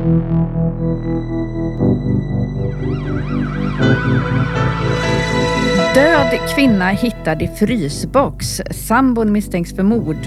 Död kvinna hittad i frysbox. Sambon misstänks för mord.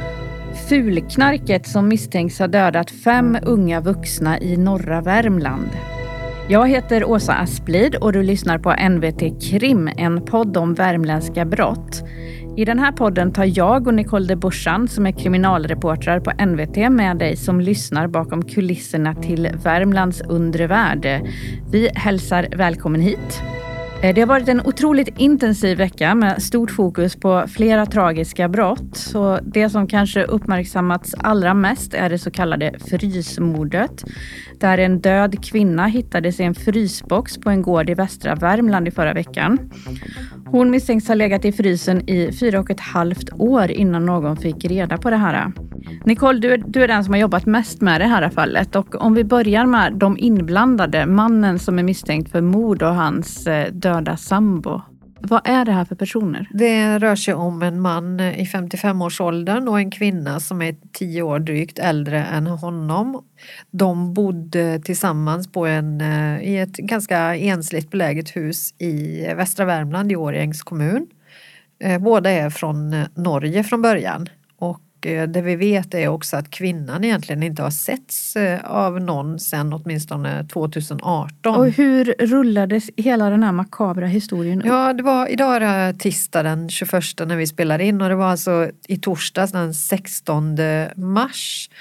Fulknarket som misstänks ha dödat 5 unga vuxna i norra Värmland. Jag heter Åsa Asplid och du lyssnar på NVT Krim, en podd om värmländska brott. I den här podden tar jag och Nicole de Borsan som är kriminalreportrar på NVT med dig som lyssnar bakom kulisserna till Värmlands undre värld. Vi hälsar välkommen hit. Det har varit en otroligt intensiv vecka med stort fokus på flera tragiska brott. Så det som kanske uppmärksammats allra mest är det så kallade frysmordet. Där en död kvinna hittades i en frysbox på en gård i västra Värmland i förra veckan. Hon misstänks ha legat i frysen i 4,5 år innan någon fick reda på det här. Nicole, du är den som har jobbat mest med det här fallet. Och om vi börjar med de inblandade, mannen som är misstänkt för mord och hans döda sambo. Vad är det här för personer? Det rör sig om en man i 55-årsåldern och en kvinna som är 10 år drygt äldre än honom. De bodde tillsammans på i ett ganska ensligt beläget hus i västra Värmland i Årjängs kommun. Båda är från Norge från början. Och det vi vet är också att kvinnan egentligen inte har setts av någon sedan åtminstone 2018. Och hur rullades hela den här makabra historien upp? Ja, idag är det tisdag den 21 när vi spelar in och det var alltså i torsdags den 16 mars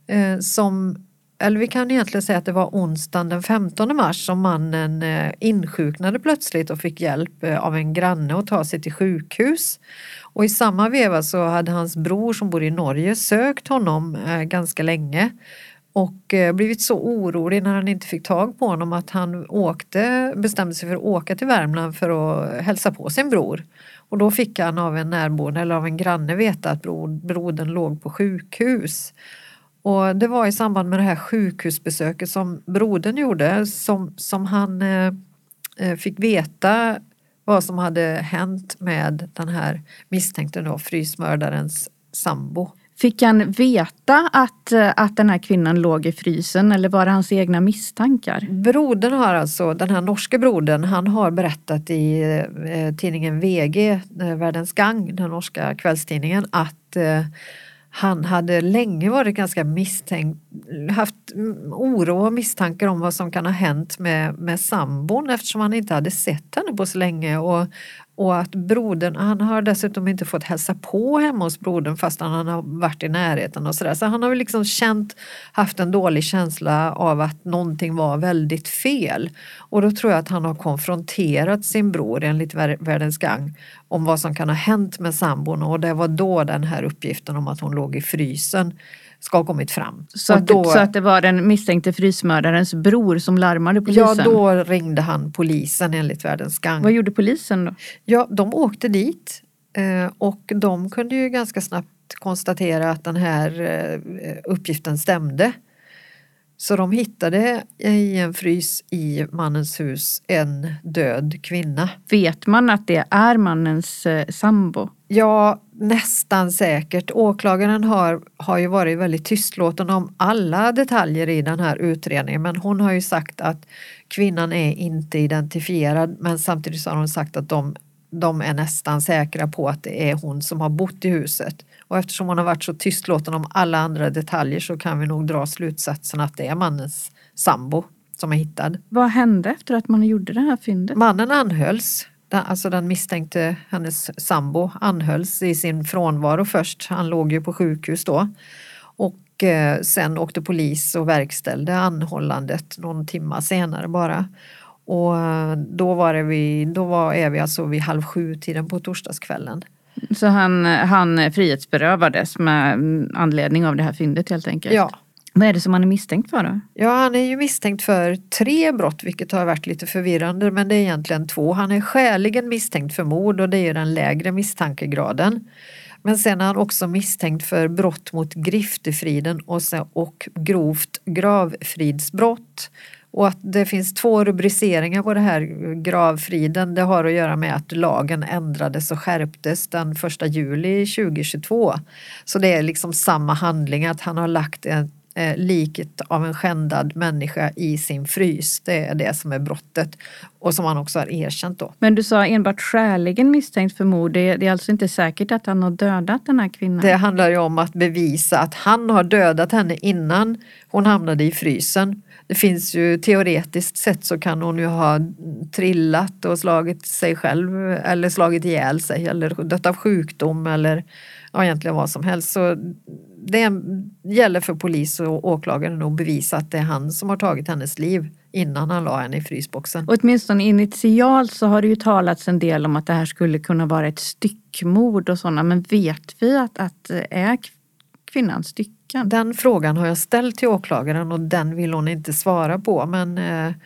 eller vi kan egentligen säga att det var onsdagen den 15 mars som mannen insjuknade plötsligt och fick hjälp av en granne att ta sig till sjukhus. Och i samma veva så hade hans bror som bor i Norge sökt honom ganska länge och blivit så orolig när han inte fick tag på honom att han bestämde sig för att åka till Värmland för att hälsa på sin bror. Och då fick han av en närboende eller av en granne veta att brodern låg på sjukhus. Och det var i samband med det här sjukhusbesöket som brodern gjorde som han fick veta vad som hade hänt med den här misstänkte frysmördarens sambo. Fick han veta att den här kvinnan låg i frysen eller var det hans egna misstankar? Brodern har alltså, den här norska brodern, han har berättat i tidningen VG, Världens Gang, den norska kvällstidningen, att han hade länge varit ganska haft oro och misstankar om vad som kan ha hänt med sambon eftersom han inte hade sett henne på så länge och att brodern, han har dessutom inte fått hälsa på hemma hos brodern fast han har varit i närheten och sådär. Så han har väl liksom haft en dålig känsla av att någonting var väldigt fel. Och då tror jag att han har konfronterat sin bror enligt Världens Gang om vad som kan ha hänt med sambon och det var då den här uppgiften om att hon låg i frysen ska ha kommit fram. Så att det var den misstänkte frysmördarens bror som larmade polisen? Ja, då ringde han polisen enligt Världens Gang. Vad gjorde polisen då? Ja, de åkte dit och de kunde ju ganska snabbt konstatera att den här uppgiften stämde. Så de hittade i en frys i mannens hus en död kvinna. Vet man att det är mannens sambo? Ja, nästan säkert. Åklagaren har ju varit väldigt tystlåten om alla detaljer i den här utredningen. Men hon har ju sagt att kvinnan är inte identifierad. Men samtidigt så har hon sagt att de är nästan säkra på att det är hon som har bott i huset. Och eftersom hon har varit så tystlåten om alla andra detaljer så kan vi nog dra slutsatsen att det är mannens sambo som är hittad. Vad hände efter att man gjorde det här fyndet? Mannen anhölls. Alltså den misstänkte, hennes sambo, anhölls i sin frånvaro först. Han låg ju på sjukhus då. Och sen åkte polis och verkställde anhållandet någon timma senare bara. Och då är vi alltså vid 6:30 på torsdagskvällen. Så han frihetsberövades med anledning av det här fyndet helt enkelt? Ja. Vad är det som han är misstänkt för då? Ja, han är ju misstänkt för 3 brott vilket har varit lite förvirrande men det är egentligen 2. Han är skäligen misstänkt för mord och det är den lägre misstankegraden. Men sen är han också misstänkt för brott mot griftefriden och grovt gravfridsbrott. Och att det finns 2 rubriceringar på det här gravfriden, det har att göra med att lagen ändrades och skärptes den 1 juli 2022. Så det är liksom samma handling, att han har lagt liket av en skändad människa i sin frys. Det är det som är brottet och som han också har erkänt då. Men du sa enbart skäligen misstänkt för mord. Det är alltså inte säkert att han har dödat den här kvinnan? Det handlar ju om att bevisa att han har dödat henne innan hon hamnade i frysen. Det finns ju teoretiskt sett så kan hon ju ha trillat och slagit sig själv eller slagit ihjäl sig eller dött av sjukdom eller egentligen vad som helst. Så det gäller för polis och åklagaren att bevisa att det är han som har tagit hennes liv innan han la henne i frysboxen. Och åtminstone initialt så har det ju talats en del om att det här skulle kunna vara ett styckmord och sådana. Men vet vi att är kvinnan styckad? Den frågan har jag ställt till åklagaren och den vill hon inte svara på. Men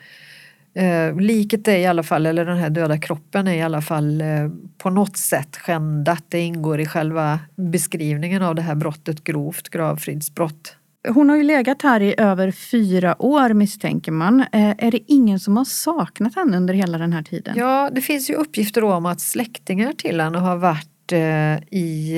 liket är i alla fall, eller den här döda kroppen är i alla fall på något sätt skändat. Det ingår i själva beskrivningen av det här brottet, grovt gravfridsbrott. Hon har ju legat här i över 4 år misstänker man. Är det ingen som har saknat henne under hela den här tiden? Ja, det finns ju uppgifter om att släktingar till henne har varit i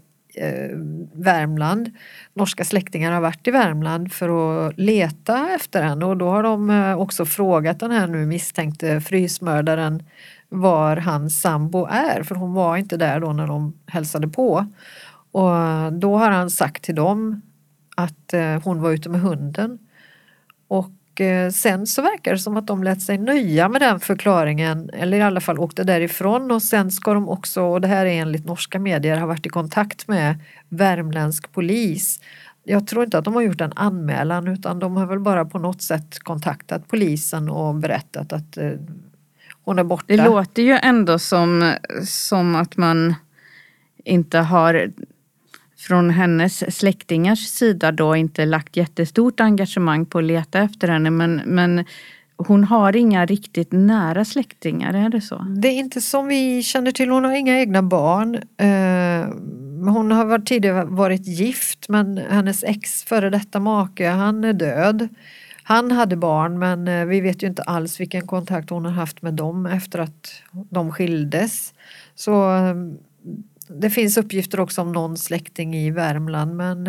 Värmland. Norska släktingar har varit i Värmland för att leta efter henne och då har de också frågat den här nu misstänkte frysmördaren var hans sambo är, för hon var inte där då när de hälsade på. Och då har han sagt till dem att hon var ute med hunden. Och sen så verkar det som att de lät sig nöja med den förklaringen, eller i alla fall åkte därifrån, och sen ska de också, och det här är enligt norska medier, ha varit i kontakt med värmländsk polis. Jag tror inte att de har gjort en anmälan utan de har väl bara på något sätt kontaktat polisen och berättat att hon är borta. Det låter ju ändå som att man inte har från hennes släktingars sida då inte lagt jättestort engagemang på att leta efter henne, men hon har inga riktigt nära släktingar, är det så? Det är inte som vi känner till, hon har inga egna barn. Hon har tidigare varit gift, men hennes före detta make, han är död. Han hade barn, men vi vet ju inte alls vilken kontakt hon har haft med dem efter att de skildes. Så det finns uppgifter också om någon släkting i Värmland, men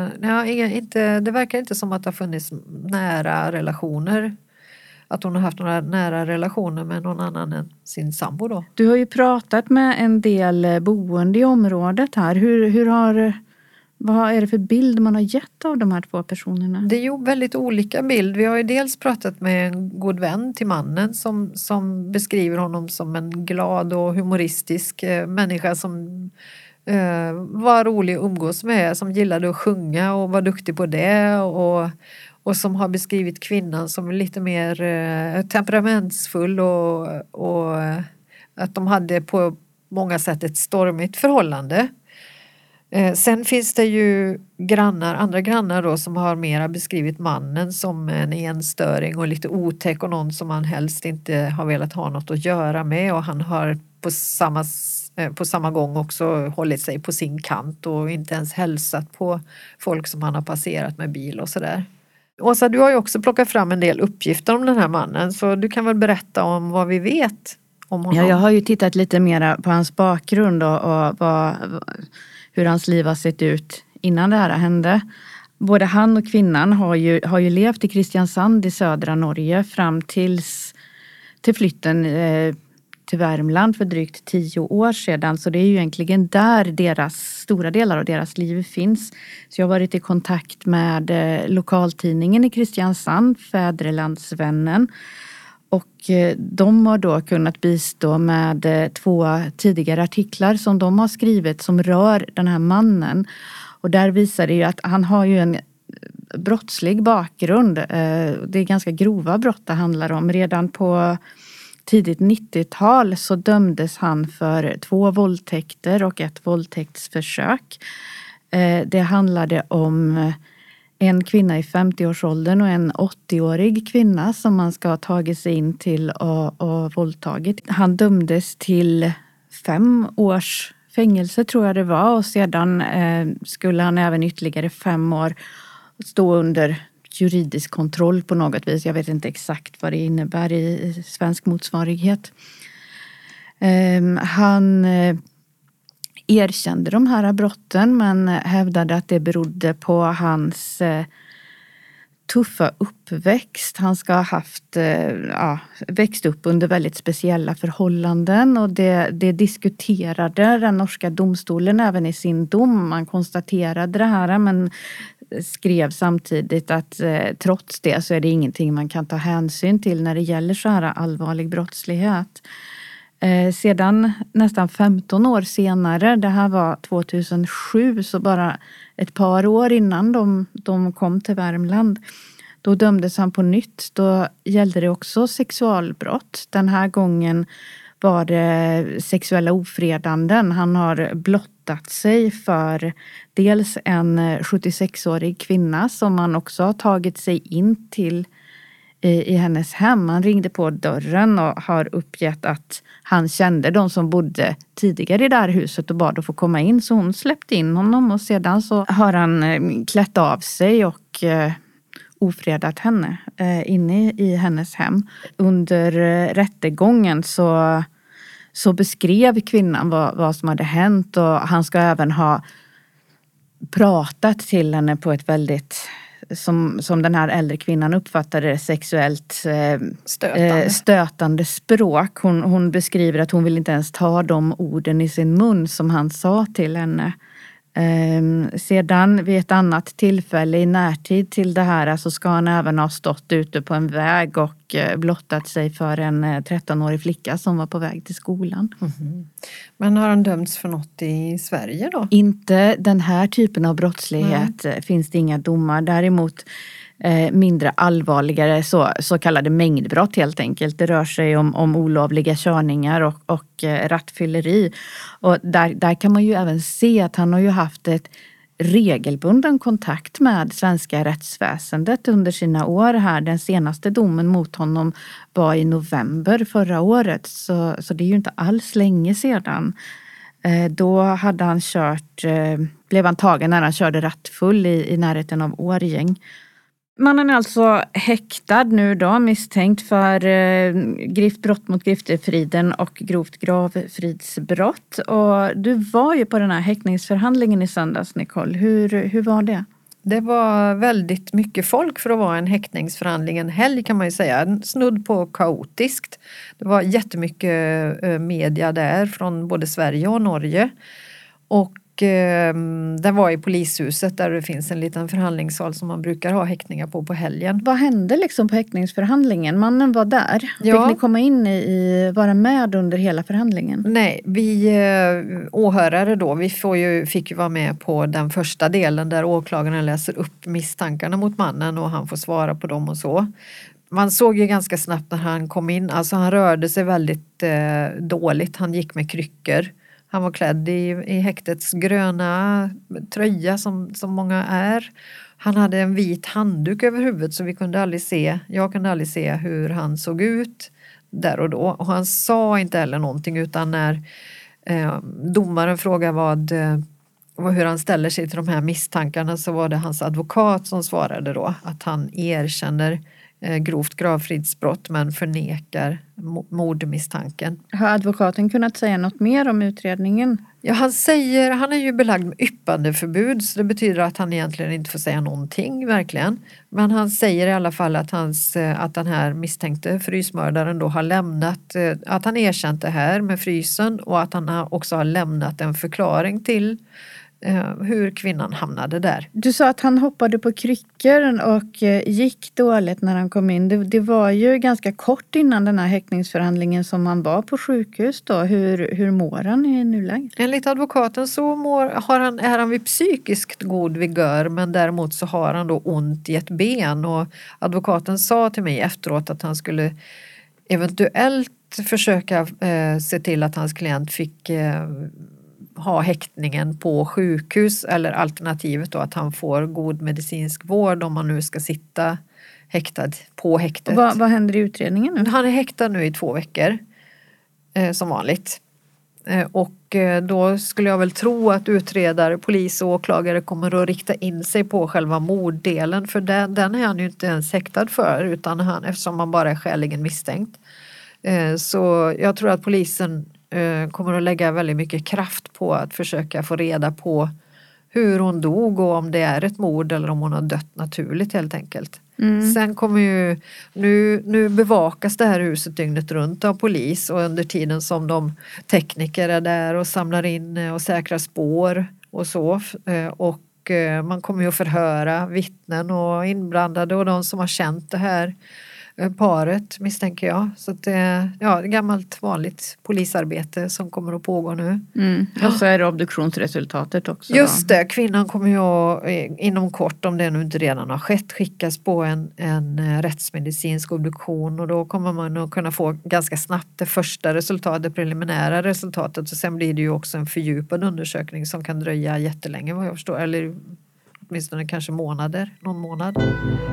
det verkar inte som att det har funnits nära relationer. Att hon har haft några nära relationer med någon annan än sin sambo då. Du har ju pratat med en del boende i området här. Vad är det för bild man har gett av de här 2 personerna? Det är ju väldigt olika bild. Vi har ju dels pratat med en god vän till mannen som beskriver honom som en glad och humoristisk människa som var rolig att umgås med, som gillade att sjunga och var duktig på det och som har beskrivit kvinnan som lite mer temperamentsfull och att de hade på många sätt ett stormigt förhållande. Sen finns det ju andra grannar då som har mera beskrivit mannen som en enstöring och lite otäck och någon som man helst inte har velat ha något att göra med, och han har på samma gång också hållit sig på sin kant och inte ens hälsat på folk som han har passerat med bil och sådär. Åsa, du har ju också plockat fram en del uppgifter om den här mannen, så du kan väl berätta om vad vi vet om honom? Ja, jag har ju tittat lite mer på hans bakgrund och hur hans liv har sett ut innan det här hände. Både han och kvinnan har ju levt i Kristiansand i södra Norge fram till flytten till Värmland för drygt 10 år sedan. Så det är ju egentligen där stora delar av deras liv finns. Så jag har varit i kontakt med lokaltidningen i Kristiansand, Fäderlandsvännen. Och de har då kunnat bistå med 2 tidigare artiklar som de har skrivit som rör den här mannen. Och där visar det ju att han har ju en brottslig bakgrund. Det är ganska grova brott det handlar om. Redan på tidigt 90-tal så dömdes han för 2 våldtäkter och 1 våldtäktsförsök. Det handlade om en kvinna i 50-årsåldern och en 80-årig kvinna som man ska ha tagit sig in till och våldtagit. Han dömdes till 5 års fängelse tror jag det var, och sedan skulle han även ytterligare 5 år stå under juridisk kontroll på något vis. Jag vet inte exakt vad det innebär i svensk motsvarighet. Han erkände de här brotten men hävdade att det berodde på hans tuffa uppväxt. Han ska ha haft, växt upp under väldigt speciella förhållanden och det diskuterade den norska domstolen även i sin dom. Man konstaterade det här men skrev samtidigt att trots det så är det ingenting man kan ta hänsyn till när det gäller så här allvarlig brottslighet. Sedan nästan 15 år senare, det här var 2007, så bara ett par år innan de kom till Värmland, då dömdes han på nytt. Då gällde det också sexualbrott. Den här gången var det sexuella ofredanden. Han har blottat sig för dels en 76-årig kvinna som han också har tagit sig in till i hennes hem. Han ringde på dörren och har uppgett att han kände de som bodde tidigare i det här huset och bad att få komma in. Så hon släppte in honom och sedan så har han klätt av sig och ofredat henne inne i hennes hem. Under rättegången så beskrev kvinnan vad som hade hänt och han ska även ha pratat till henne på ett väldigt, som den här äldre kvinnan uppfattade det, sexuellt stötande språk. Hon beskriver att hon vill inte ens ta de orden i sin mun som han sa till henne. Sedan vid ett annat tillfälle i närtid till det här så ska han även ha stått ute på en väg och blottat sig för en 13-årig flicka som var på väg till skolan. Mm-hmm. Men har han dömts för något i Sverige då? Inte den här typen av brottslighet finns det inga domar. Däremot mindre allvarligare så kallade mängdbrott helt enkelt. Det rör sig om olovliga körningar och rattfylleri. Och där kan man ju även se att han har ju haft ett regelbunden kontakt med svenska rättsväsendet under sina år här. Den senaste domen mot honom var i november förra året. Så det är ju inte alls länge sedan. Då hade han blev han tagen när han körde rattfull i närheten av Årjäng. Mannen är alltså häktad nu då, misstänkt för brott mot griftefriden och grovt gravfridsbrott. Och du var ju på den här häktningsförhandlingen i söndags, Nicole. Hur var det? Det var väldigt mycket folk för att vara en häktningsförhandling. En helg kan man ju säga. Snudd på kaotiskt. Det var jättemycket media där från både Sverige och Norge. Och det var i polishuset där det finns en liten förhandlingssal som man brukar ha häktningar på helgen. Vad hände liksom på häktningsförhandlingen? Mannen var där. Ja. Fick ni komma in vara med under hela förhandlingen? Nej, vi åhörare då, fick ju vara med på den första delen där åklagaren läser upp misstankarna mot mannen och han får svara på dem och så. Man såg ju ganska snabbt när han kom in, alltså han rörde sig väldigt dåligt, han gick med kryckor. Han var klädd i häktets gröna tröja som många är. Han hade en vit handduk över huvudet så jag kunde aldrig se hur han såg ut där och då. Och han sa inte heller någonting utan när domaren frågade hur han ställer sig till de här misstankarna så var det hans advokat som svarade då att han erkänner grovt gravfridsbrott men förnekar mordmisstanken. Har advokaten kunnat säga något mer om utredningen? Ja, han är ju belagd med yppandeförbud så det betyder att han egentligen inte får säga någonting verkligen. Men han säger i alla fall att den här misstänkte frysmördaren då har lämnat, att han erkänt det här med frysen och att han också har lämnat en förklaring till hur kvinnan hamnade där. Du sa att han hoppade på kryckor och gick dåligt när han kom in. Det var ju ganska kort innan den här häktningsförhandlingen som han var på sjukhus då. Hur mår han i nuläget? Enligt advokaten så är han vid psykiskt god vigör men däremot så har han då ont i ett ben och advokaten sa till mig efteråt att han skulle eventuellt försöka se till att hans klient fick ha häktningen på sjukhus eller alternativet då att han får god medicinsk vård om man nu ska sitta häktad på häktet. Vad händer i utredningen nu? Han är häktad nu i 2 veckor som vanligt. Och då skulle jag väl tro att utredare, polis och åklagare kommer att rikta in sig på själva morddelen för den är han ju inte ens häktad för utan eftersom han bara är skäligen misstänkt. Så jag tror att polisen kommer att lägga väldigt mycket kraft på att försöka få reda på hur hon dog och om det är ett mord eller om hon har dött naturligt helt enkelt. Sen kommer ju, nu bevakas det här huset dygnet runt av polis och under tiden som de tekniker är där och samlar in och säkrar spår och så. Och man kommer ju att förhöra vittnen och inblandade och de som har känt det här paret misstänker jag. Så att det är gammalt vanligt polisarbete som kommer att pågå nu. Och så är det obduktionsresultatet också. Just det, kvinnan kommer ju inom kort, om det nu inte redan har skett, skickas på en rättsmedicinsk obduktion och då kommer man att kunna få ganska snabbt det första resultatet, det preliminära resultatet och sen blir det ju också en fördjupad undersökning som kan dröja jättelänge vad jag förstår, eller åtminstone kanske någon månad.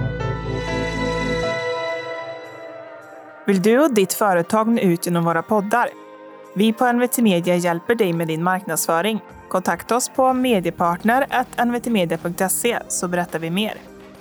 Vill du och ditt företag nå ut genom våra poddar? Vi på NVT Media hjälper dig med din marknadsföring. Kontakta oss på mediepartner@nvtmedia.se så berättar vi mer.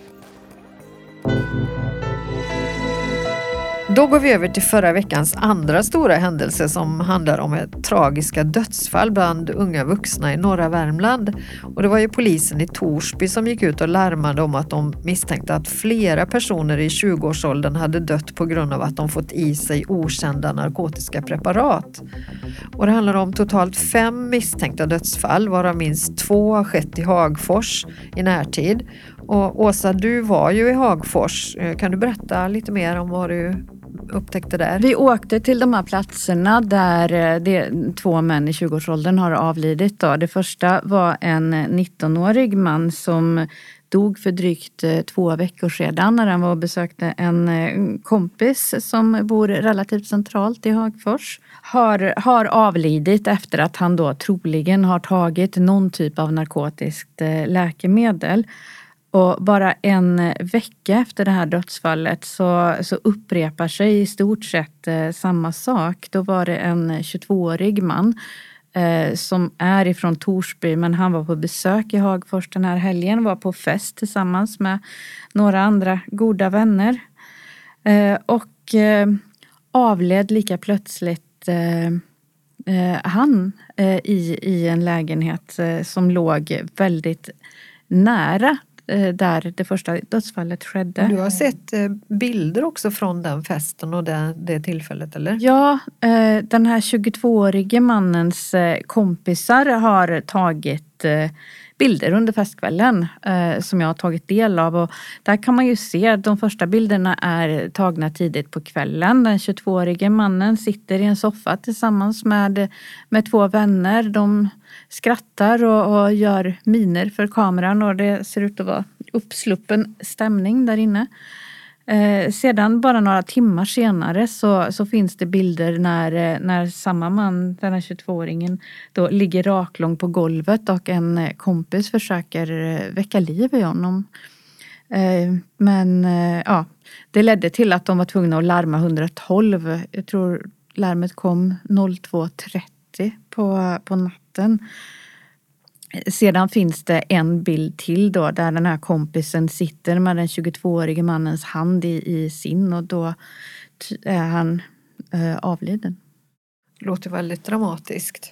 Då går vi över till förra veckans andra stora händelse som handlar om ett tragiska dödsfall bland unga vuxna i norra Värmland. Och det var ju polisen i Torsby som gick ut och larmade om att de misstänkte att flera personer i 20-årsåldern hade dött på grund av att de fått i sig okända narkotiska preparat. Och det handlar om totalt 5 misstänkta dödsfall varav minst 2 har skett i Hagfors i närtid. Och Åsa, du var ju i Hagfors. Kan du berätta lite mer om vad du upptäckte där? Vi åkte till de här platserna där 2 män i 20-årsåldern har avlidit. Då. Det första var en 19-årig man som dog för drygt 2 veckor sedan när han var och besökte en kompis som bor relativt centralt i Hagfors. Har avlidit efter att han då troligen har tagit någon typ av narkotiskt läkemedel. Och bara en vecka efter det här dödsfallet så upprepar sig i stort sett samma sak. Då var det en 22-årig man som är ifrån Torsby, men han var på besök i Hagfors den här helgen. Var på fest tillsammans med några andra goda vänner. Och avled lika plötsligt han i en lägenhet som låg väldigt nära där det första dödsfallet skedde. Du har sett bilder också från den festen och det tillfället, eller? Ja, den här 22-årige mannens kompisar har tagit bilder under festkvällen som jag har tagit del av. Och där kan man ju se att de första bilderna är tagna tidigt på kvällen. Den 22-årige mannen sitter i en soffa tillsammans med 2 vänner. De skrattar och gör miner för kameran och det ser ut att vara uppsluppen stämning där inne. Sedan bara några timmar senare så finns det bilder när samma man, den här 22-åringen, då ligger raklång på golvet och en kompis försöker väcka liv i honom. Men det ledde till att de var tvungna att larma 112. Jag tror larmet kom 02.30 på natten. Sedan finns det en bild till då där den här kompisen sitter med den 22-årige mannens hand i sin och då är han avliden. Det låter väldigt dramatiskt.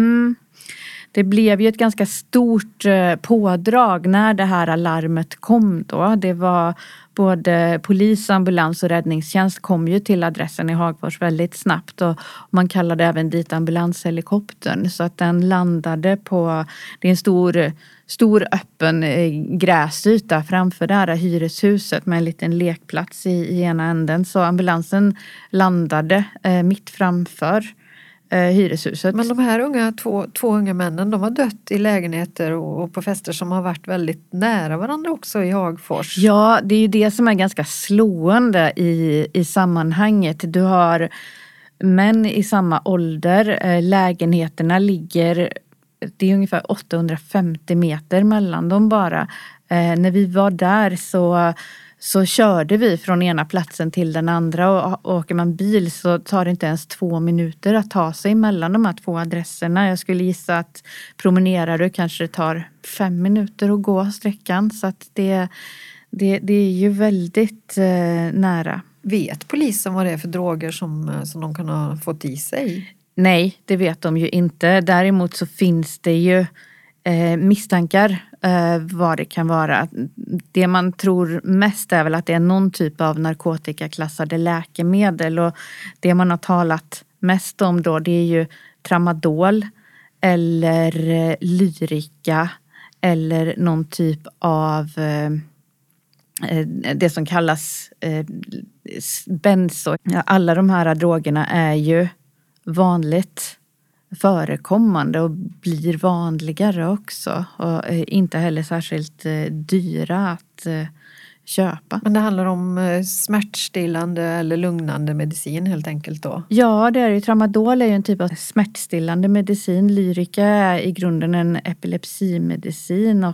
Det blev ju ett ganska stort pådrag när det här alarmet kom då. Det var både polis, ambulans och räddningstjänst kom ju till adressen i Hagfors väldigt snabbt och man kallade även dit ambulanshelikoptern så att den landade på, det är en stor öppen gräsyta framför det här hyreshuset med en liten lekplats i ena änden så ambulansen landade mitt framför hyreshuset. Men de här två unga männen, de har dött i lägenheter och på fester som har varit väldigt nära varandra också i Hagfors. Ja, det är ju det som är ganska slående i sammanhanget. Du har män i samma ålder, lägenheterna ligger, det är ungefär 850 meter mellan dem bara. När vi var där så körde vi från ena platsen till den andra och åker man bil så tar det inte ens 2 minuter att ta sig mellan de här 2 adresserna. Jag skulle gissa att promenerar du kanske det tar 5 minuter att gå sträckan så att det är ju väldigt nära. Vet polisen vad det är för droger som de kan ha fått i sig? Nej, det vet de ju inte. Däremot så finns det ju misstankar vad det kan vara. Det man tror mest är väl att det är någon typ av narkotikaklassade läkemedel. Och det man har talat mest om då, det är ju tramadol eller Lyrica eller någon typ av det som kallas benzo. Alla de här drogerna är ju vanligt förekommande och blir vanligare också. Och inte heller särskilt dyra att köpa. Men det handlar om smärtstillande eller lugnande medicin helt enkelt då? Ja, det är ju. Tramadol är ju en typ av smärtstillande medicin. Lyrica är i grunden en epilepsimedicin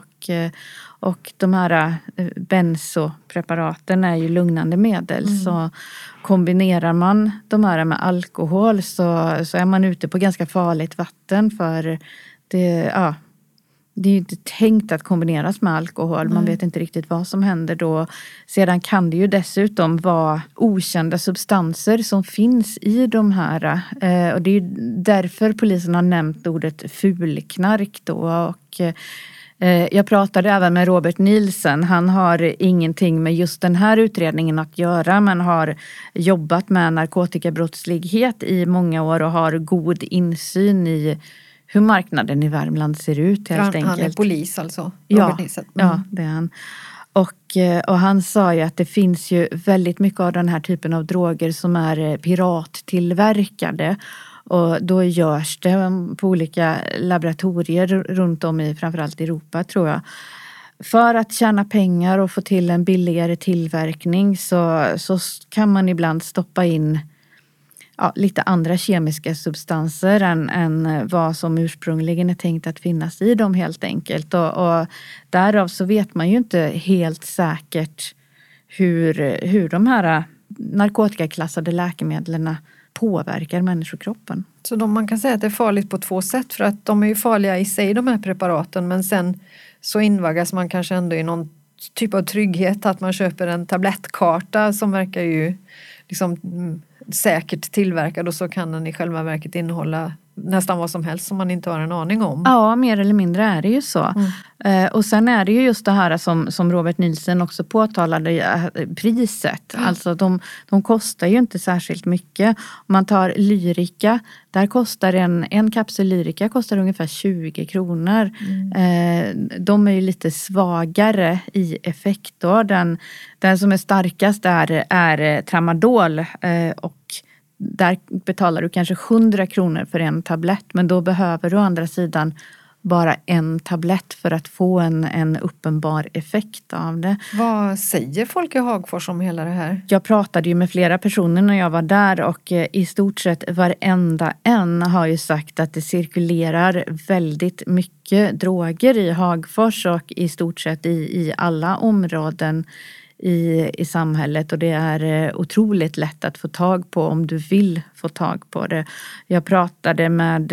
och de här benzopreparaten är ju lugnande medel. Så kombinerar man de här med alkohol så är man ute på ganska farligt vatten, för det är ju inte tänkt att kombineras med alkohol. Man vet inte riktigt vad som händer då. Sedan kan det ju dessutom vara okända substanser som finns i de här. Och det är ju därför polisen har nämnt ordet fulknark då. Och jag pratade även med Robert Nielsen. Han har ingenting med just den här utredningen att göra, men har jobbat med narkotikabrottslighet i många år och har god insyn i hur marknaden i Värmland ser ut helt enkelt. Han är polis alltså? Ja, ja, det är han. Och han sa ju att det finns ju väldigt mycket av den här typen av droger som är pirattillverkade. Och då görs det på olika laboratorier runt om i framförallt Europa, tror jag. För att tjäna pengar och få till en billigare tillverkning så kan man ibland stoppa in lite andra kemiska substanser än vad som ursprungligen är tänkt att finnas i dem helt enkelt. Och därav så vet man ju inte helt säkert hur de här narkotikaklassade läkemedlen påverkar människokroppen. Så man kan säga att det är farligt på två sätt, för att de är ju farliga i sig, de här preparaten, men sen så invaggas man kanske ändå i någon typ av trygghet att man köper en tablettkarta som verkar ju liksom säkert tillverkad, och så kan den i själva verket innehålla nästan vad som helst som man inte har en aning om. Ja, mer eller mindre är det ju så. Och sen är det ju just det här som Robert Nielsen också påtalade, priset. Alltså de kostar ju inte särskilt mycket. Om man tar Lyrica, där kostar en kapsel Lyrica kostar ungefär 20 kronor. De är ju lite svagare i effekt då. Den som är starkast är tramadol, och där betalar du kanske 100 kronor för en tablett, men då behöver du å andra sidan bara en tablett för att få en uppenbar effekt av det. Vad säger folk i Hagfors om hela det här? Jag pratade ju med flera personer när jag var där, och i stort sett varenda en har ju sagt att det cirkulerar väldigt mycket droger i Hagfors och i stort sett i alla områden i samhället, och det är otroligt lätt att få tag på om du vill få tag på det. Jag pratade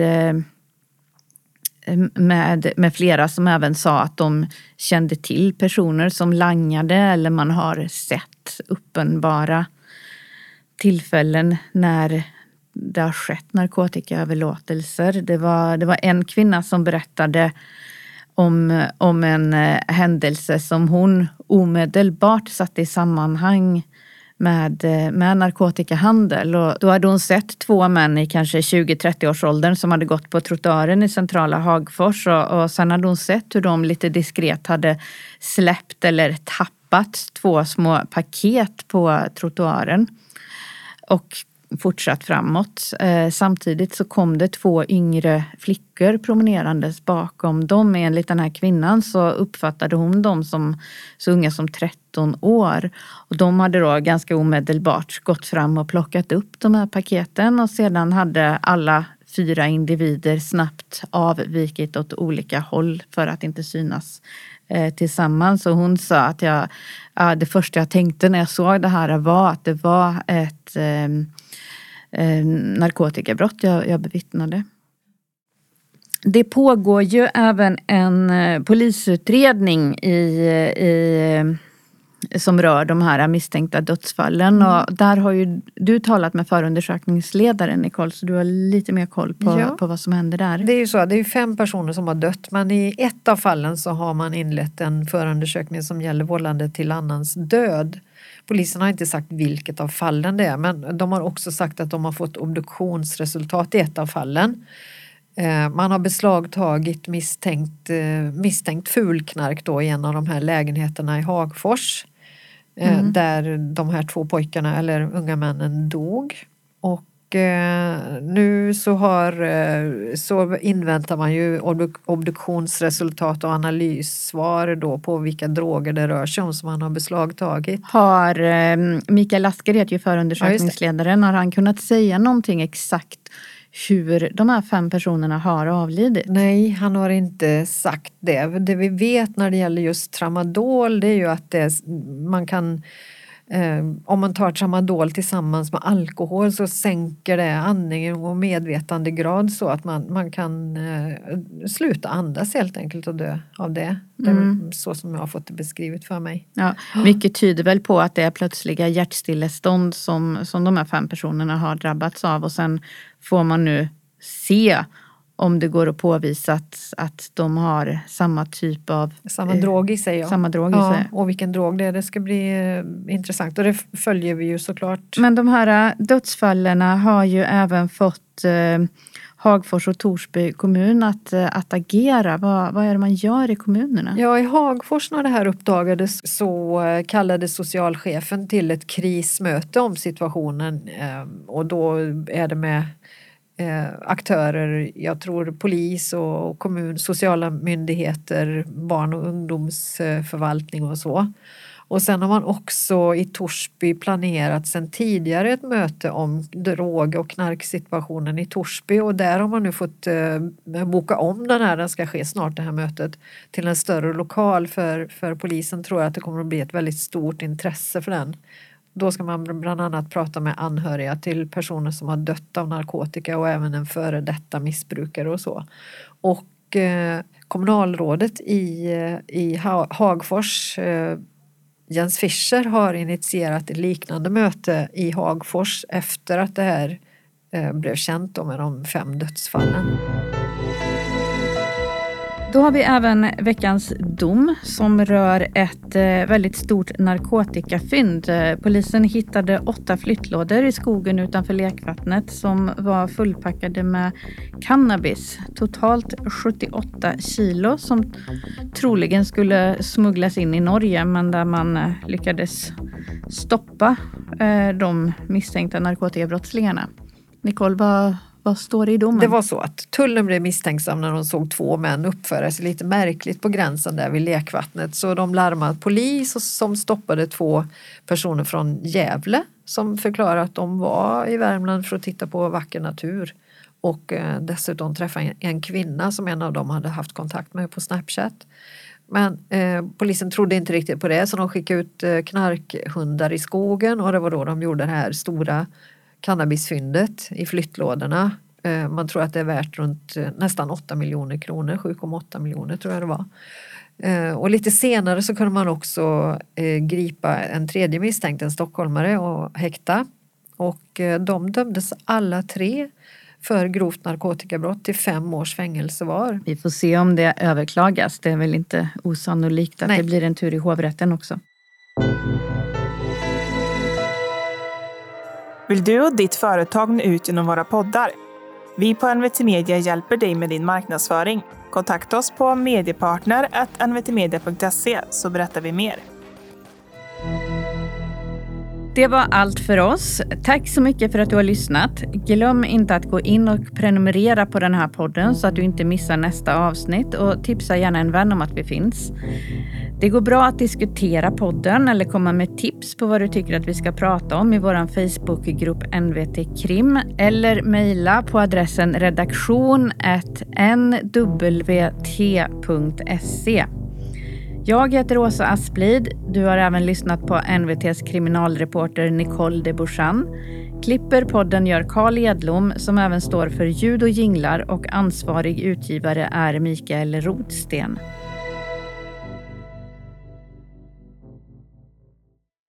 med flera som även sa att de kände till personer som langade, eller man har sett uppenbara tillfällen när det har skett narkotikaöverlåtelser. Det var en kvinna som berättade om en händelse som hon omedelbart satte i sammanhang med narkotikahandel. Och då hade hon sett 2 män i kanske 20-30 års åldern som hade gått på trottoaren i centrala Hagfors, och sen hade hon sett hur de lite diskret hade släppt eller tappat 2 små paket på trottoaren och fortsatt framåt. Samtidigt så kom det 2 yngre flickor promenerandes bakom dem. Enligt den här kvinnan så uppfattade hon dem som så unga som 13 år. Och de hade då ganska omedelbart gått fram och plockat upp de här paketen, och sedan hade alla 4 individer snabbt avvikit åt olika håll för att inte synas tillsammans. Och hon sa att det första jag tänkte när jag såg det här var att det var ett narkotikabrott jag bevittnade. Det pågår ju även en polisutredning i som rör de här misstänkta dödsfallen. Och där har ju du talat med förundersökningsledaren, Nicole, så du har lite mer koll på vad som händer där. Det är ju så, det är 5 personer som har dött, men i ett av fallen så har man inlett en förundersökning som gäller vållande till annans död. Polisen har inte sagt vilket av fallen det är, men de har också sagt att de har fått obduktionsresultat i ett av fallen. Man har beslagtagit misstänkt fulknark då i en av de här lägenheterna i Hagfors. Där de här 2 pojkarna eller unga männen dog. Och nu så inväntar man ju obduktionsresultat och analyssvar då på vilka droger det rör sig om som man har beslagtagit. Har Mikael Asker, heter ju förundersökningsledaren, har han kunnat säga någonting exakt hur de här 5 personerna har avlidit? Nej, han har inte sagt det. Det vi vet när det gäller just tramadol, det är ju att man kan, om man tar tramadol tillsammans med alkohol så sänker det andningen och medvetandegrad så att man kan sluta andas helt enkelt och dö av det. Det är så som jag har fått det beskrivet för mig. Ja, mycket tyder väl på att det är plötsliga hjärtstillestånd som de här 5 personerna har drabbats av, och sen får man nu se om det går att påvisa att de har samma typ av... Samma drog i sig, ja. Samma drog i sig. Och vilken drog det ska bli intressant. Och det följer vi ju såklart. Men de här dödsfallen har ju även fått Hagfors och Torsby kommun att agera. Vad är det man gör i kommunerna? Ja, i Hagfors när det här uppdagades så kallade socialchefen till ett krismöte om situationen. Och då är det med aktörer, jag tror polis och kommun, sociala myndigheter, barn- och ungdomsförvaltning och så. Och sen har man också i Torsby planerat sedan tidigare ett möte om drog- och knarksituationen i Torsby, och där har man nu fått boka om den ska ske snart det här mötet till en större lokal för polisen tror jag att det kommer att bli ett väldigt stort intresse för den. Då ska man bland annat prata med anhöriga till personer som har dött av narkotika och även en före detta missbrukare och så. Och kommunalrådet i Hagfors, Jens Fischer, har initierat ett liknande möte i Hagfors efter att det här blev känt med de 5 dödsfallen. Då har vi även veckans dom som rör ett väldigt stort narkotikafynd. Polisen hittade 8 flyttlådor i skogen utanför lekvattnet som var fullpackade med cannabis. Totalt 78 kilo som troligen skulle smugglas in i Norge, men där man lyckades stoppa de misstänkta narkotikabrottslingarna. Nicole, vad står det i domen? Det var så att tullen blev misstänksam när de såg 2 män uppföra sig lite märkligt på gränsen där vid lekvattnet. Så de larmade polis som stoppade 2 personer från Gävle som förklarade att de var i Värmland för att titta på vacker natur. Och dessutom träffa en kvinna som en av dem hade haft kontakt med på Snapchat. Men polisen trodde inte riktigt på det, så de skickade ut knarkhundar i skogen, och det var då de gjorde det här stora cannabisfyndet i flyttlådorna. Man tror att det är värt runt nästan 8 miljoner kronor, 7,8 miljoner tror jag det var. Och lite senare så kunde man också gripa en 3:e misstänkt, en stockholmare, och häkta. Och de dömdes alla 3 för grovt narkotikabrott till 5 års fängelse var. Vi får se om det överklagas. Det är väl inte osannolikt att det blir en tur i hovrätten också. Vill du och ditt företag nå ut genom våra poddar? Vi på NVT Media hjälper dig med din marknadsföring. Kontakta oss på mediepartner@nvtmedia.se så berättar vi mer. Det var allt för oss. Tack så mycket för att du har lyssnat. Glöm inte att gå in och prenumerera på den här podden så att du inte missar nästa avsnitt, och tipsa gärna en vän om att vi finns. Det går bra att diskutera podden eller komma med tips på vad du tycker att vi ska prata om i vår Facebookgrupp NVT Krim, eller mejla på adressen redaktion@nwt.se. Jag heter Åsa Asplid. Du har även lyssnat på NVTs kriminalreporter Nicole de Bouchan. Klipper podden gör Carl Edlom, som även står för ljud och jinglar, och ansvarig utgivare är Mikael Rodsten.